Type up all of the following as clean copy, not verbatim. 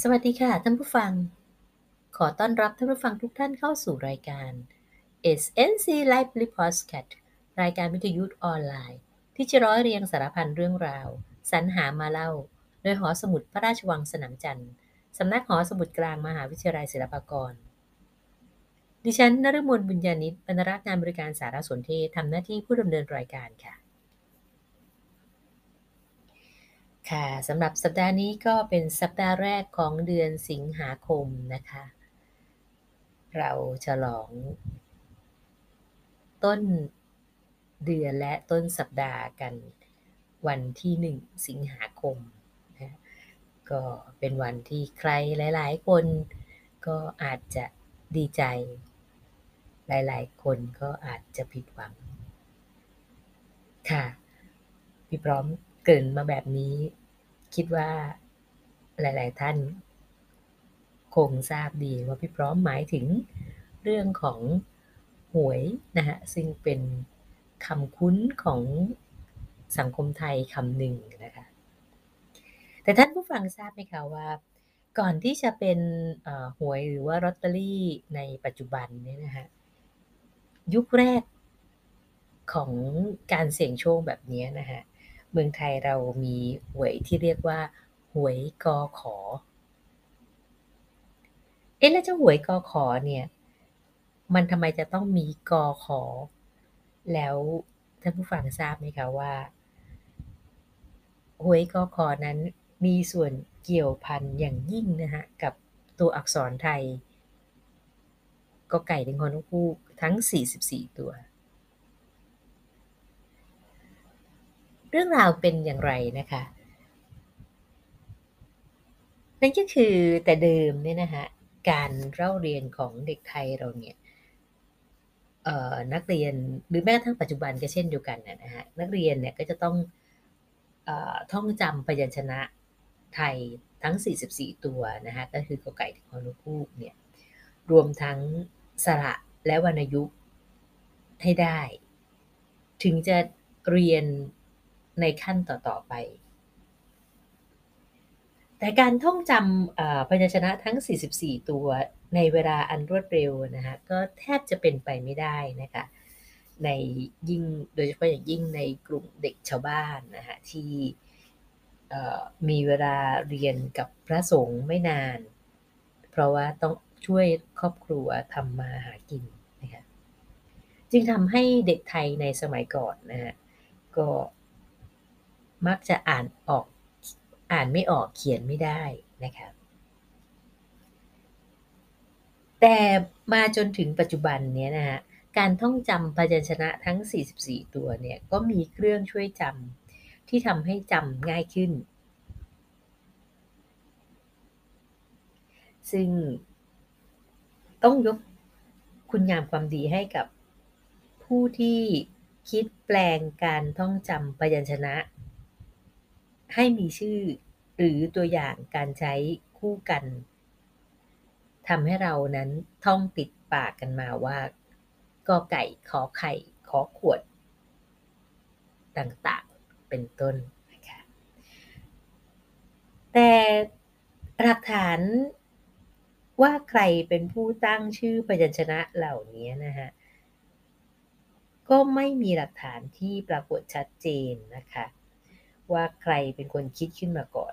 สวัสดีค่ะท่านผู้ฟังขอต้อนรับท่านผู้ฟังทุกท่านเข้าสู่รายการ SNC Lively Podcast รายการวิทยุออนไลน์ที่จะร้อยเรียงสารพันเรื่องราวสรรหามาเล่าโดยหอสมุดพระราชวังสนามจันทร์สำนักหอสมุดกลางมหาวิทยาลัยศิลปากรดิฉันนฤมลบุญญาณิชบรรณารักษ์งานบริการสารสนเทศทำหน้าที่ผู้ดำเนินรายการค่ะค่ะสำหรับสัปดาห์นี้ก็เป็นสัปดาห์แรกของเดือนสิงหาคมนะคะ เราฉลองต้นเดือนและต้นสัปดาห์กันวันที่1สิงหาคมนะก็เป็นวันที่ใครหลายๆคนก็อาจจะดีใจหลายๆคนก็อาจจะผิดหวังค่ะพี่พร้อมเกริ่นมาแบบนี้คิดว่าหลายๆท่านคงทราบดีว่าพี่พร้อมหมายถึงเรื่องของหวยนะคะซึ่งเป็นคำคุ้นของสังคมไทยคำหนึ่งนะคะแต่ท่านผู้ฟังทราบไหมคะว่าก่อนที่จะเป็นหวยหรือว่าลอตเตอรี่ในปัจจุบันเนี่ยนะคะยุคแรกของการเสี่ยงโชคแบบนี้นะคะเมืองไทยเรามีหวยที่เรียกว่าหวยกข เอ๊ะแล้วเจ้าหวยกขเนี่ยมันทำไมจะต้องมีกขแล้วท่านผู้ฟังทราบไหมคะว่าหวยกขนั้นมีส่วนเกี่ยวพันอย่างยิ่งนะคะกับตัวอักษรไทยกไก่ถึงฮอนกฮูกทั้ง44ตัวเรื่องราวเป็นอย่างไรนะคะนั่นก็คือแต่เดิมเนี่ยนะคะการเล่าเรียนของเด็กไทยเราเนี่ยนักเรียนหรือแม้กระทั่งปัจจุบันก็เช่นเดียวกันนะคะนักเรียนเนี่ยก็จะต้องท่องจำพยัญชนะไทยทั้ง44ตัวนะคะก็คือกอไก่ถึงฮอนูกฮูกเนี่ยรวมทั้งสระและวรรณยุกต์ให้ได้ถึงจะเรียนในขั้นต่อๆไปแต่การท่องจำพยัญชนะทั้ง44ตัวในเวลาอันรวดเร็วนะคะก็แทบจะเป็นไปไม่ได้นะคะในยิ่งโดยเฉพาะอย่างยิ่งในกลุ่มเด็กชาวบ้านนะคะที่มีเวลาเรียนกับพระสงฆ์ไม่นานเพราะว่าต้องช่วยครอบครัวทำมาหากินนะคะจึงทำให้เด็กไทยในสมัยก่อนนะฮะก็มักจะอ่านไม่ออกเขียนไม่ได้นะคะแต่มาจนถึงปัจจุบันเนี้ยนะคะการท่องจำพยัญชนะทั้ง44ตัวเนี่ยก็มีเครื่องช่วยจำที่ทำให้จำง่ายขึ้นซึ่งต้องยกคุณงามความดีให้กับผู้ที่คิดแปลงการท่องจำพยัญชนะให้มีชื่อหรือตัวอย่างการใช้คู่กันทำให้เรานั้นท่องติดปากกันมาว่ากอไก่ขอไข่ขอขวดต่างๆเป็นต้นนะคะแต่หลักฐานว่าใครเป็นผู้ตั้งชื่อพยัญชนะเหล่านี้นะคะก็ไม่มีหลักฐานที่ปรากฏชัดเจนนะคะว่าใครเป็นคนคิดขึ้นมาก่อน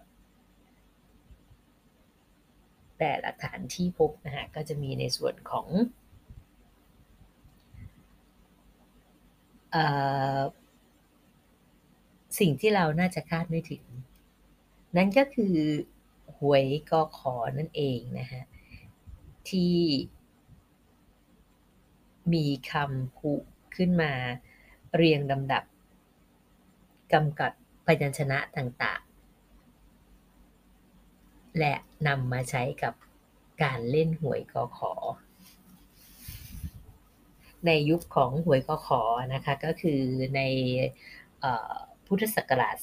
แต่หลักฐานที่พบนะคะก็จะมีในส่วนของเอ่อสิ่งที่เราน่าจะคาดไม่ถึงนั่นก็คือหวยกขนั่นเองนะคะที่มีคำผุขึ้นมาเรียงลำดับกำกับพยัญชนะต่างๆและนำมาใช้กับการเล่นหวยกขในยุคของหวยกขนะคะก็คือในพุทธศักราช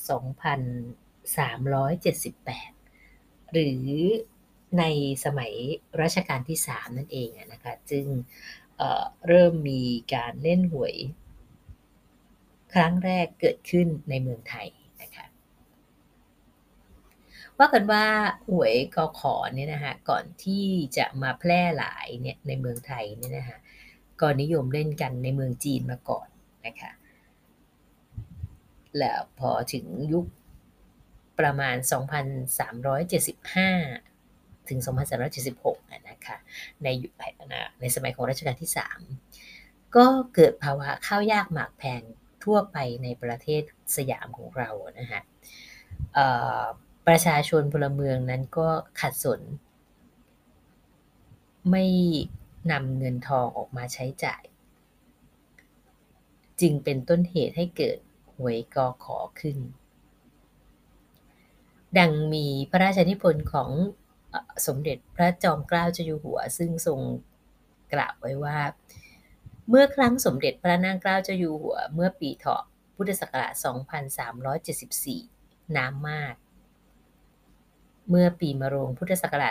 2378หรือในสมัยรัชกาลที่3นั่นเองนะคะจึงเริ่มมีการเล่นหวยครั้งแรกเกิดขึ้นในเมืองไทยนะคะว่ากันว่าหวยกขเนี่ยนะคะก่อนที่จะมาแพร่หลายเนี่ยในเมืองไทยเนี่ยนะคะก็นิยมเล่นกันในเมืองจีนมาก่อนนะคะแล้วพอถึงยุคประมาณ 2,375 ถึง 2,376อะนะคะในยุคในสมัยของรัชกาลที่ 3 ก็เกิดภาวะข้าวยากหมากแพงทั่วไปในประเทศสยามของเรานะคะเอ่อประชาชนพลเมืองนั้นก็ขัดสนไม่นำเงินทองออกมาใช้จ่ายจึงเป็นต้นเหตุให้เกิดหวยกขขึ้นดังมีพระราชนิพนธ์ของสมเด็จพระจอมเกล้าเจ้าอยู่หัวซึ่งทรงกล่าวไว้ว่าเมื่อครั้งสมเด็จพระนางเกล้าเจ้าอยู่หัวเมื่อปีเถาะพุทธศักราช 2374 น้ำมาก เมื่อปีมะโรงพุทธศักราช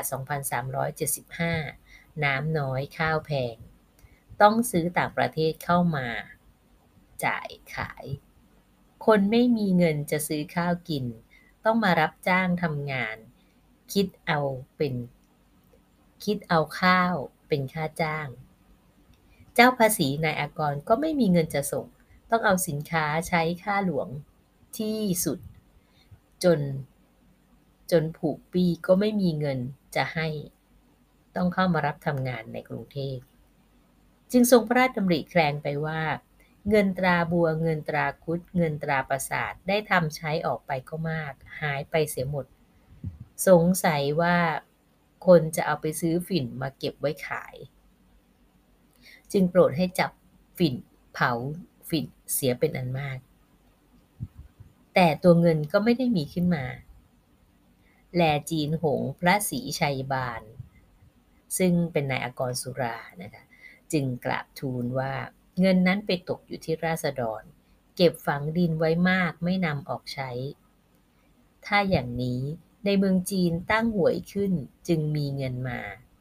2375 น้ำน้อยข้าวแพงต้องซื้อต่างประเทศเข้ามาจ่ายขายคนไม่มีเงินจะซื้อข้าวกินต้องมารับจ้างทำงานคิดเอาเป็นคิดเอาข้าวเป็นค่าจ้างเจ้าภาษีนายอากรก็ไม่มีเงินจะส่งต้องเอาสินค้าใช้ค่าหลวงที่สุดจนผูกปี้ก็ไม่มีเงินจะให้ต้องเข้ามารับทำงานในกรุงเทพจึงทรงพระราชดำริแคลงไปว่าเงินตราบัวเงินตราคุดเงินตราประสาทได้ทำใช้ออกไปก็มากหายไปเสียหมดสงสัยว่าคนจะเอาไปซื้อฝิ่นมาเก็บไว้ขายจึงโปรดให้จับฝิ่นเผาฝิ่นเสียเป็นอันมากแต่ตัวเงินก็ไม่ได้มีขึ้นมาแลจีนหงพระศรีชัยบาลซึ่งเป็นนายอากรสุรานะคะจึงกราบทูลว่าเงินนั้นไปตกอยู่ที่ราษฎรเก็บฝังดินไว้มากไม่นำออกใช้ถ้าอย่างนี้ในเมืองจีนตั้งหวยขึ้นจึงมีเงินมา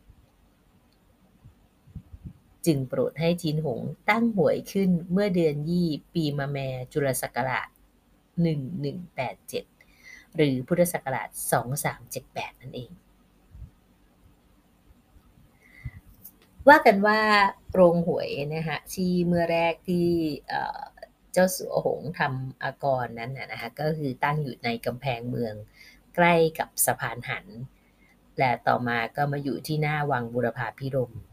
จึงโปรดให้จีนหงตั้งหวยขึ้นเมื่อเดือนยี่ปีมะแม่จุลศักราช1187หรือพุทธศักราช2378นั่นเองว่ากันว่าโรงหวยนะคะที่เมื่อแรกที่เจ้าสัวหงทำอากรนั้นนะคะก็คือตั้งอยู่ในกำแพงเมืองใกล้กับสะพานหันและต่อมาก็มาอยู่ที่หน้าวังบุรพาภิรมย์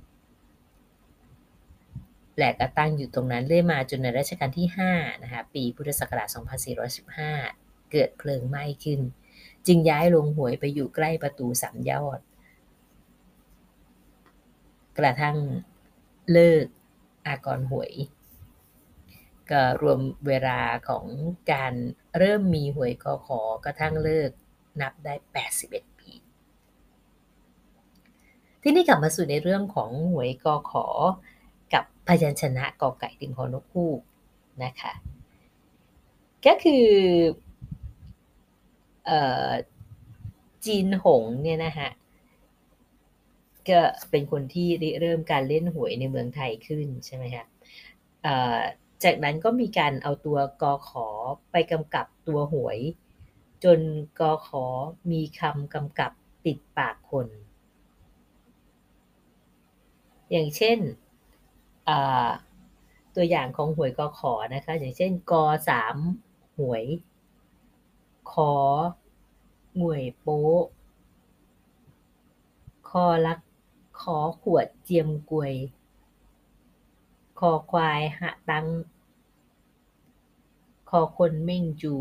และก็ตั้งอยู่ตรงนั้นเรื่อยมาจนในรัชกาลที่5นะคะปีพุทธศักราช 2415 เกิดเพลิงไหม้ขึ้นจึงย้ายโรงหวยไปอยู่ใกล้ประตูสามยอดกระทั่งเลิกอากรหวยก็รวมเวลาของการเริ่มมีหวยกขกระทั่งเลิกนับได้81ปีที่นี่กลับมาสู่ในเรื่องของหวยกขกับพยัญชนะกอไก่ถึงฮอนกฮูกนะคะก็คือเอ่อจีนหงเนี่ยนะคะก็เป็นคนที่ริเริ่มการเล่นหวยในเมืองไทยขึ้นใช่ไหมคะเอ่อจากนั้นก็มีการเอาตัวกขไปกำกับตัวหวยจนกขมีคำกำกับติดปากคนอย่างเช่นอ่าตัวอย่างของหวยกขนะคะอย่างเช่นก3หวยขอหงวยโป๊ะคอลักขอขวดเจียมกวยคอควายหะตังคอคนเม่งจู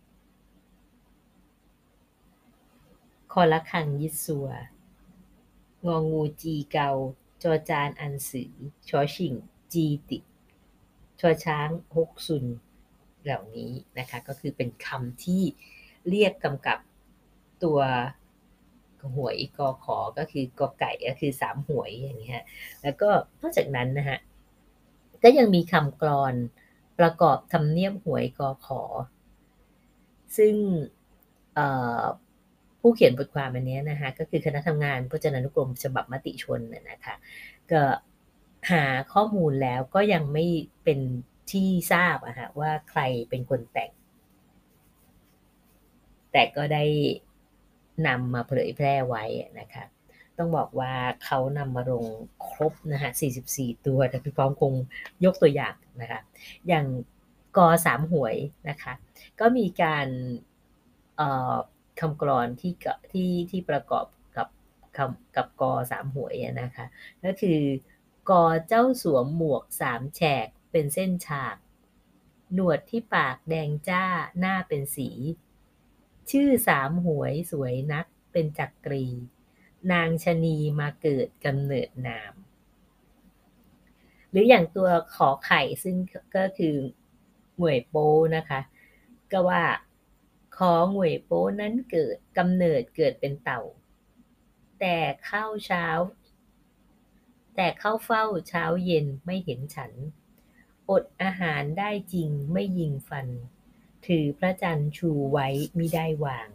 คอละคังยิดซัวงองูจีเกาจอจานอันสือชอชิงจีติดชอช้างฮกซุนเหล่านี้นะคะก็คือเป็นคำที่เรียกกำกับตัวหวยกอขอก็คือกอไก่ก็คือ3หวยอย่างเงี้ยแล้วก็นอกจากนั้นนะคะก็ยังมีคำกลอนประกอบทำเนียบหวยกอขอซึ่งเอ่อผู้เขียนบทความอันนี้นะคะก็คือคณะทำงานพจนานุกรมฉบับมติชนนะคะก็หาข้อมูลแล้วก็ยังไม่เป็นที่ทราบอะค่ะว่าใครเป็นคนแต่งแต่ก็ได้นำมาเผยแพร่ไว้นะคะต้องบอกว่าเขานำมาลงครบนะคะ44ตัวแต่พี่พร้อมคงยกตัวอย่างนะคะอย่างกอสามหวยนะคะก็มีการเอ่อคำกลอนที่ประกอบกับกับกอสามหวยนะคะก็คือกอเจ้าสวมหมวกสามแฉกเป็นเส้นฉากหนวดที่ปากแดงจ้าหน้าเป็นสีชื่อสามหวยสวยนักเป็นจักรีนางชะนีมาเกิดกำเนิดนามหรืออย่างตัวขอไข่ซึ่งก็คือหวยโป้นะคะก็ว่าขอหวยโป้นั้นเกิดกำเนิดเกิดเป็นเต่าแต่ข้าวเช้า แต่เข้าเฝ้าเช้าเย็นไม่เห็นฉันอดอาหารได้จริงไม่ยิงฟันถือพระจันทร์ชูไว้มิได้วาง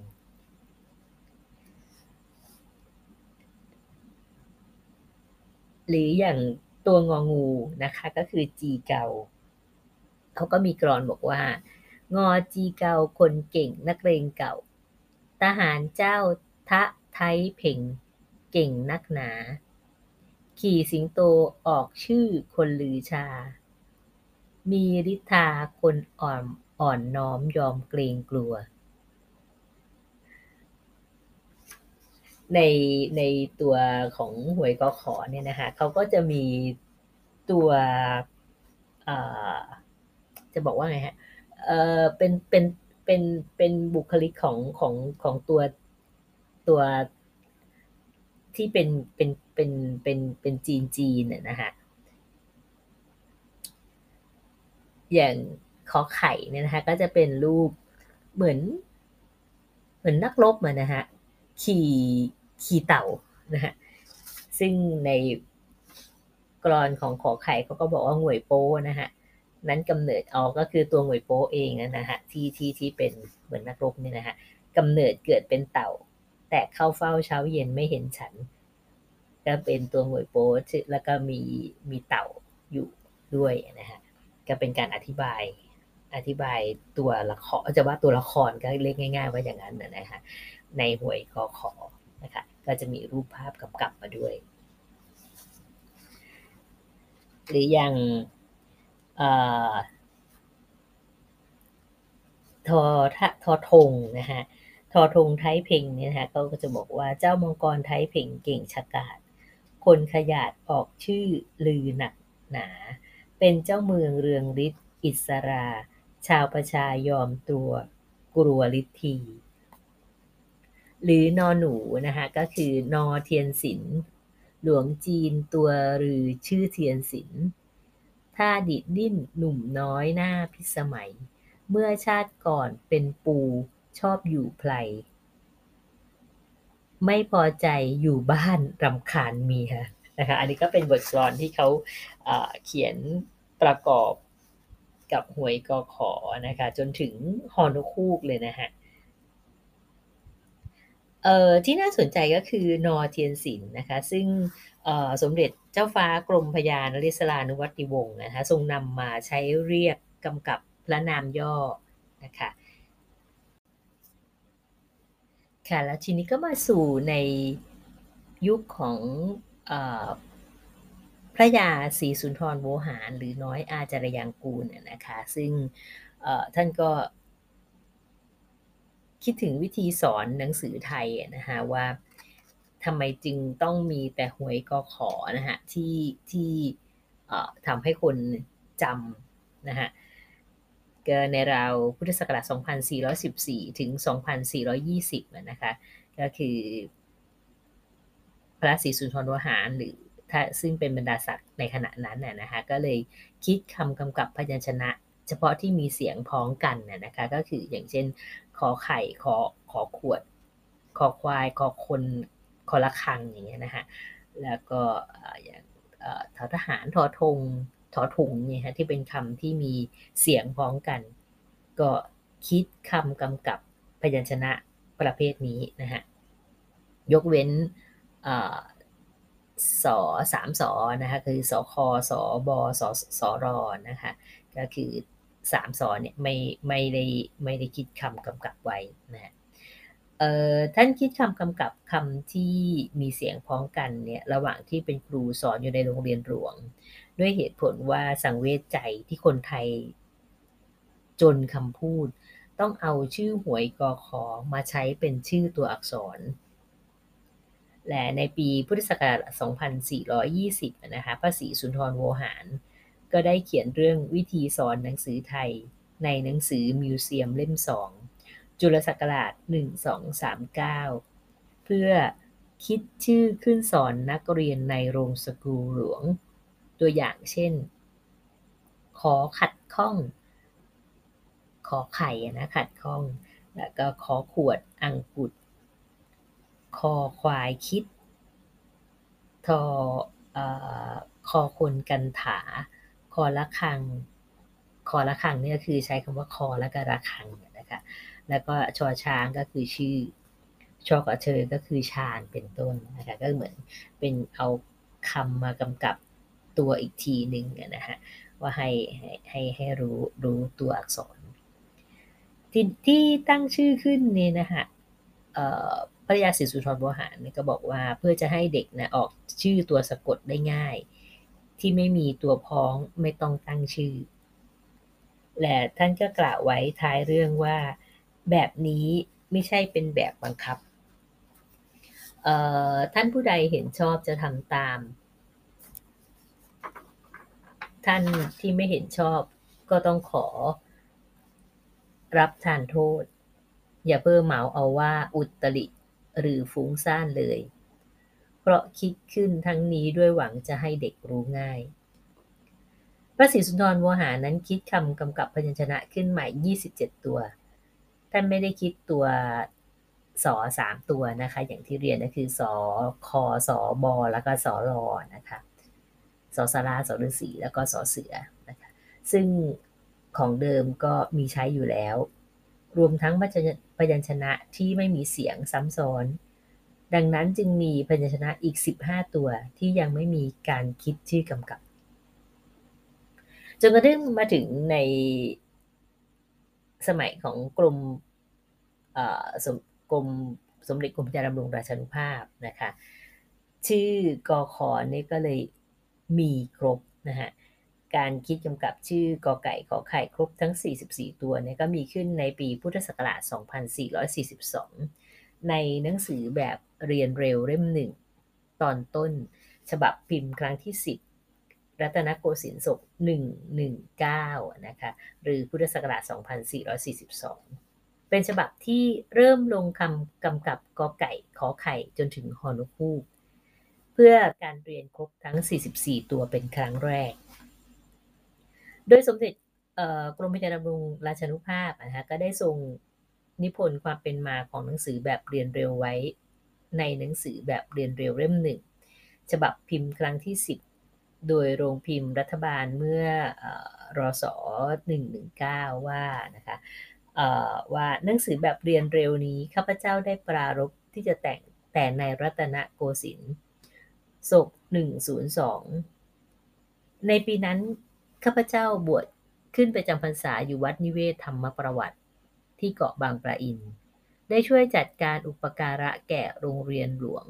หรืออย่างตัวงองูนะคะก็คือจีเกาเขาก็มีกรอนบอกว่างอจีเกาคนเก่งนักเลงเก่าทหารเจ้าทะไทยเพ่งเก่งนักหนาขี่สิงโตออกชื่อคนลือชา มีฤทธาคนอ่อนน้อมยอมเกรงกลัวในในตัวของหวยกอขอเนี่ยนะคะเขาก็จะมีตัวเอ่อจะบอกว่าไงฮะเป็นบุคลิกของตัวที่เป็นจีนนะคะอย่างขอไข่เนี่ยนะคะก็จะเป็นรูปเหมือน เหมือนนักรบอะนะฮะขี่ขี่เต่านะฮะซึ่งในกรอนของขอไข่เขาก็บอกว่าหงวยโป้นะฮะนั้นกำเนิดก็คือตัวหงวยโป้เองนะฮะที่เป็นเหมือนนักรบเนี่ยนะฮะกำเนิดเกิดเป็นเต่าแต่เข้าเฝ้าเช้าเย็นไม่เห็นฉันก็เป็นตัวหงวยโป้แล้วก็มีเต่าอยู่ด้วยนะฮะก็เป็นการอธิบายตัวละครจะว่าตัวละครก็เรียกง่ายๆว่าอย่างนั้นนะคะในหวยกอขอนะคะก็จะมีรูปภาพกำกับมาด้วยหรืออย่างเอ่อทอทอทงนะฮะทอทงไทยเพ่งเนี่ยนะคะก็จะบอกว่าเจ้ามังกรไทยเพ่งเก่งฉกาจคนขยาดออกชื่อลือหนักหนาเป็นเจ้าเมืองเรืองฤทธิ์อิสราชาวประชายอมตัวกลัวฤทธี หรือนอหนูนะคะก็คือนอเทียนศิลป์หลวงจีนตัวรือชื่อเทียนศิลป์ท่าดิดดิ้นหนุ่มน้อยหน้าพิสมัยเมื่อชาติก่อนเป็นปูชอบอยู่ไพลไม่พอใจอยู่บ้านรำคาญเมียนะคะอันนี้ก็เป็นบทกลอนที่เขาเขียนประกอบกับหวยกอขอนะคะจนถึงฮอนกคูกเลยนะฮะ ที่น่าสนใจก็คือนอเทียนศิลป์นะคะซึ่งสมเด็จเจ้าฟ้ากรมพยานริศรานุวัติวงศ์นะคะทรงนำมาใช้เรียกกำกับพระนามย่อนะคะค่ะแล้วทีนี้ก็มาสู่ในยุคของเอ่อพระยาศรีสุนทรโวหารหรือน้อยอาจารยางกูลนะคะซึ่งท่านก็ คิดถึงวิธีสอนหนังสือไทยนะคะว่าทำไมจึงต้องมีแต่หวยกอขอนะฮะที่ทำให้คนจำนะฮะก็ในราวพุทธศักราช2414ถึง2420นะคะก็คือพระศรีสุนทรโวหารหรือถ้าซึ่งเป็นบรรดาศักดิ์ในขณะนั้นนะคะก็เลยคิดคำกำกับพยัญชนะเฉพาะที่มีเสียงพ้องกันนะคะก็คืออย่างเช่นขอไข่ขอขวดคอควายคอคนคอละคังอย่างเงี้ยนะคะแล้วก็อย่างทอทหารทอทงทอถุงเนี่ยฮะที่เป็นคำที่มีเสียงพ้องกันก็คิดคำกำกับพยัญชนะประเภทนี้นะฮะยกเว้นสอสามสอนะคะคือสอคอสอบอสอรอนะคะก็คือสามสอเนี่ยไม่ได้คิดคำกำกับไว้นะฮะท่านคิดคำกำกับคำที่มีเสียงพ้องกันเนี่ยระหว่างที่เป็นครูสอนอยู่ในโรงเรียนหลวงด้วยเหตุผลว่าสังเวชใจที่คนไทยจนคำพูดต้องเอาชื่อหวยกอขอมาใช้เป็นชื่อตัวอักษร และในปีพุทธศักราช 2420 นะคะพระศรีสุนทรโวหารก็ได้เขียนเรื่องวิธีสอนหนังสือไทยในหนังสือมิวเซียมเล่ม 2 จุลศักราช 1239 เพื่อคิดชื่อขึ้นสอนนักเรียนในโรงสกูลหลวง ตัวอย่างเช่น ขอขัดข้อง ขอไข่นะขัดข้อง แล้วก็ขอขวดอังกุด คอควายคิด ทอคอคนกันถา คอละคัง คอละคังเนี่ยคือใช้คำว่าคอแล้วก็ระคังนะคะแล้วก็ชอช้างก็คือชื่อ ชอกับเชยก็คือชาญเป็นต้นนะคะก็เหมือนเป็นเอาคำมากำกับตัวอีกทีหนึ่งนะฮะว่าให้รู้ตัวอักษรที่ตั้งชื่อขึ้นเนี่ยนะคะพระยาศรีสุนทรโวหารเนี่ยก็บอกว่าเพื่อจะให้เด็กนะออกชื่อตัวสะกดได้ง่ายที่ไม่มีตัวพ้องไม่ต้องตั้งชื่อและท่านก็กล่าวไว้ท้ายเรื่องว่าแบบนี้ไม่ใช่เป็นแบบบังคับท่านผู้ใดเห็นชอบจะทำตามท่านที่ไม่เห็นชอบก็ต้องขอรับทานโทษอย่าเพิ่มเหมาเอาว่าอุตริหรือฟุ้งซ่านเลยเพราะคิดขึ้นทั้งนี้ด้วยหวังจะให้เด็กรู้ง่ายพระศรีสุนทรโวหารนั้นคิดคำกำกับพยัญชนะขึ้นใหม่27ตัวท่านไม่ได้คิดตัวสอ3ตัวนะคะอย่างที่เรียนก็คือสอคอสอบอแล้วก็สอรอนะคะสอสาราสอฤาษีแล้วก็สอเสือนะคะซึ่งของเดิมก็มีใช้อยู่แล้วรวมทั้งพยัญชนะที่ไม่มีเสียงซ้ำซ้อนดังนั้นจึงมีพยัญชนะอีก15ตัวที่ยังไม่มีการคิดชื่อกำกับจนกระทั่งมาถึงในสมัยของกรมสมกรมสมเด็จกรมพระยาดำรงราชานุภาพนะคะชื่อกอขอนี่ก็เลยมีครบนะฮะการคิดกำกับชื่อกอไก่ขอไข่ครบทั้ง44ตัวเนี่ยก็มีขึ้นในปีพุทธศักราช2442ในหนังสือแบบเรียนเร็วเล่มหนึ่งตอนต้นฉบับพิมพ์ครั้งที่10รัตนโกสินทร์ศก119นะคะหรือพุทธศักราช2442เป็นฉบับที่เริ่มลงคำกำกับกอไก่ขอไข่จนถึงฮอนุคูกเพื่อการเรียนครบทั้ง44ตัวเป็นครั้งแรกโดยสมเด็จกรมพระยาดำรงราชานุภาพนะคะก็ได้ทรงนิพนธ์ความเป็นมาของหนังสือแบบเรียนเร็วไว้ในหนังสือแบบเรียนเร็วเล่มหนึ่งฉบับพิมพ์ครั้งที่10โดยโรงพิมพ์รัฐบาลเมื่อรศ119ว่านะคะว่าหนังสือแบบเรียนเร็วนี้ข้าพเจ้าได้ปรารภที่จะแต่ในรัตนโกสินทร์ศก102ในปีนั้นข้าพเจ้าบวชขึ้นไปจำพรรษาอยู่วัดนิเวศธรรมประวัติที่เกาะบางปะอินได้ช่วยจัดการอุปการะแก่โรงเรียนหลวง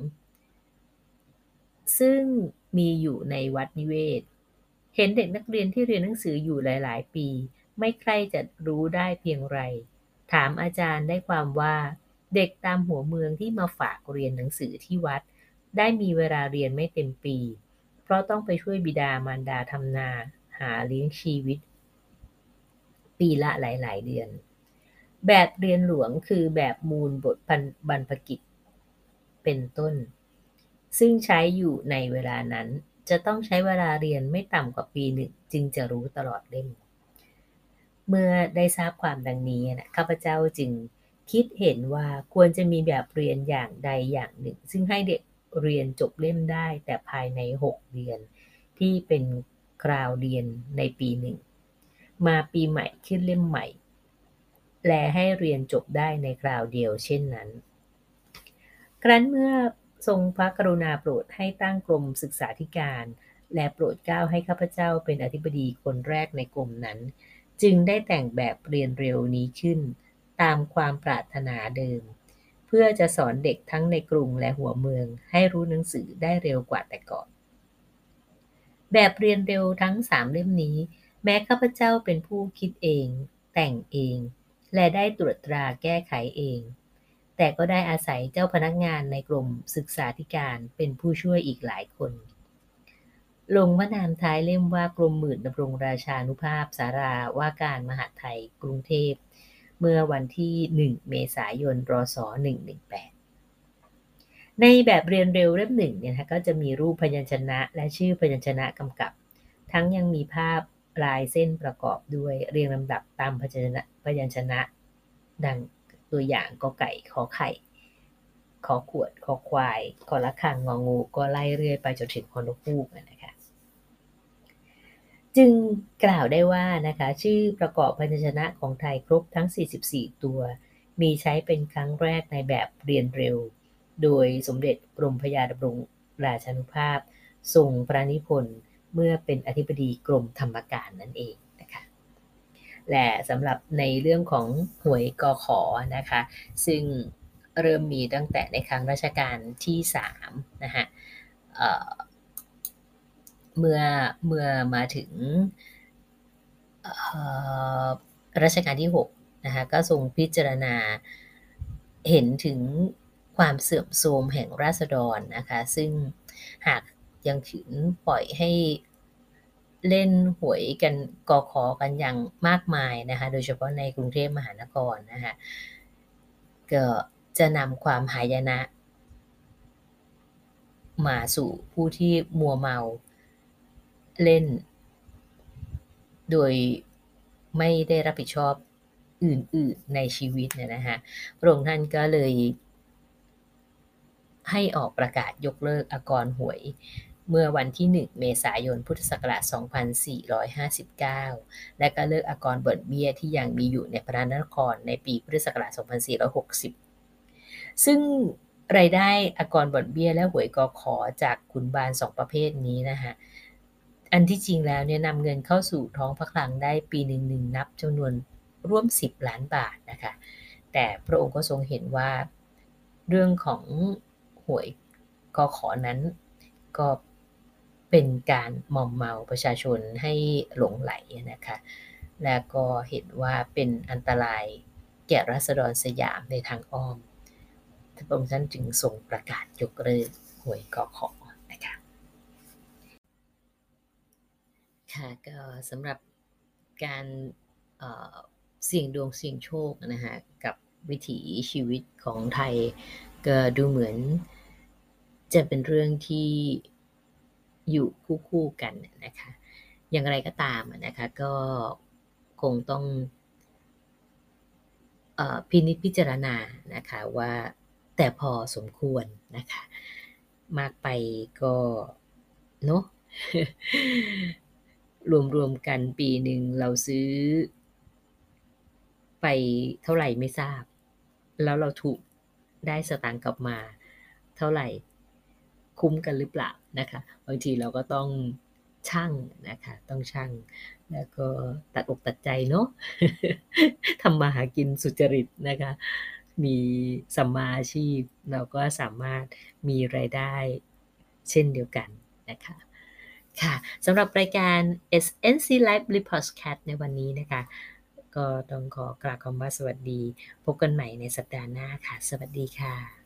ซึ่งมีอยู่ในวัดนิเวศเห็นเด็กนักเรียนที่เรียนหนังสืออยู่หลายๆปีไม่ใคร่จะรู้ได้เพียงไรถามอาจารย์ได้ความว่าเด็กตามหัวเมืองที่มาฝากเรียนหนังสือที่วัดได้มีเวลาเรียนไม่เต็มปีเพราะต้องไปช่วยบิดามารดาทำนาหาเลี้ยงชีวิตปีละหลายๆเดือนแบบเรียนหลวงคือแบบมูลบทบรรพกิจเป็นต้นซึ่งใช้อยู่ในเวลานั้นจะต้องใช้เวลาเรียนไม่ต่ำกว่าปีหนึ่งจึงจะรู้ตลอดเล่มเมื่อได้ทราบความดังนี้นะข้าพเจ้าจึงคิดเห็นว่าควรจะมีแบบเรียนอย่างใดอย่างหนึ่งซึ่งให้เด็กเรียนจบเล่มได้แต่ภายใน6เดือนที่เป็นคราวเรียนในปีหนึ่งมาปีใหม่ขึ้นเล่มใหม่และให้เรียนจบได้ในคราวเดียวเช่นนั้นครั้นเมื่อทรงพระกรุณาโปรดให้ตั้งกรมศึกษาธิการและโปรดเกล้าให้ข้าพเจ้าเป็นอธิบดีคนแรกในกรมนั้นจึงได้แต่งแบบเรียนเร็วนี้ขึ้นตามความปรารถนาเดิมเพื่อจะสอนเด็กทั้งในกรุงและหัวเมืองให้รู้หนังสือได้เร็วกว่าแต่ก่อนแบบเรียนเร็วทั้ง3เล่มนี้แม้ข้าพเจ้าเป็นผู้คิดเองแต่งเองและได้ตรวจตราแก้ไขเองแต่ก็ได้อาศัยเจ้าพนักงานในกรมศึกษาธิการเป็นผู้ช่วยอีกหลายคนลงพระนามท้ายเล่มว่ากรมหมื่นดำรงราชานุภาพสาราว่าการมหาดไทยกรุงเทพเมื่อวันที่1เมษายนรศ118ในแบบเรียนเร็วเล่มหนึ่งเนี่ยก็จะมีรูปพยัญชนะและชื่อพยัญชนะกำกับทั้งยังมีภาพลายเส้นประกอบด้วยเรียงลำดับตามพยัญชนะดังตัวอย่างกอไก่ขอไข่ขอขวดขอควายขอละคังงองูก็ไล่เรื่อยไปจนถึงฮอนกฮูกนะคะจึงกล่าวได้ว่านะคะชื่อประกอบพยัญชนะของไทยครบทั้ง44ตัวมีใช้เป็นครั้งแรกในแบบเรียนเร็วโดยสมเด็จกรมพระยาดำรงราชานุภาพทรงพระนิพนธ์เมื่อเป็นอธิบดีกรมธรรมการนั่นเองนะคะและสำหรับในเรื่องของหวยกขนะคะซึ่งเริ่มมีตั้งแต่ในครั้งรัชกาลที่3นะคะเมื่อมาถึงรัชกาลที่6นะคะก็ทรงพิจารณาเห็นถึงความเสื่อมโทรมแห่งราษฎรนะคะซึ่งหากยังขืนปล่อยให้เล่นหวยกันกขกันอย่างมากมายนะคะโดยเฉพาะในกรุงเทพมหานครนะคะก็จะนำความหายนะมาสู่ผู้ที่มัวเมาเล่นโดยไม่ได้รับผิดชอบอื่นๆในชีวิตเนี่ยนะคะพระองค์ท่านก็เลยให้ออกประกาศยกเลิกอกรหวยเมื่อวันที่1เมษายนพุทธศักราช2459และก็เลิกอกรเบิดเบี้ยที่ยังมีอยู่ในพระนครในปีพุทธศักราช2460ซึ่งรายได้อกรบ่อนเบี้ยและหวยกขจากขุนบาล2ประเภทนี้นะคะอันที่จริงแล้วเนี่ยนำเงินเข้าสู่ท้องพระคลังได้ปีหนึ่งนับจำนวนร่วม10ล้านบาทนะคะแต่พระองค์ก็ทรงเห็นว่าเรื่องของหวยกขนั้นก็เป็นการมอมเมาประชาชนให้หลงไหลนะคะและก็เห็นว่าเป็นอันตรายแก่ราษฎรสยามในทางอ้อมพระองค์ท่านจึงทรงประกาศยกเลิกหวยกขนะคะค่ะก็สำหรับการเสี่ยงดวงเสี่ยงโชคนะคะกับวิถีชีวิตของไทยก็ดูเหมือนจะเป็นเรื่องที่อยู่คู่กันนะคะอย่างไรก็ตามนะคะก็คงต้องพินิจพิจารณานะคะว่าแต่พอสมควรนะคะมากไปก็เนาะ รวมๆกันปีหนึ่งเราซื้อไปเท่าไหร่ไม่ทราบแล้วเราถูกได้สตางค์กลับมาเท่าไหร่คุ้มกันหรือเปล่านะคะบางทีเราก็ต้องชั่งนะคะต้องชั่งแล้วก็ตัดอกตัดใจเนาะ ทำมาหากินสุจริตนะคะมีสัมมาอาชีพเราก็สามารถมีรายได้เช่นเดียวกันนะคะค่ะสำหรับรายการ SNC Live Podcast ในวันนี้นะคะก็ต้องขอกล่าวคำว่าสวัสดีพบกันใหม่ในสัปดาห์หน้าค่ะสวัสดีค่ะ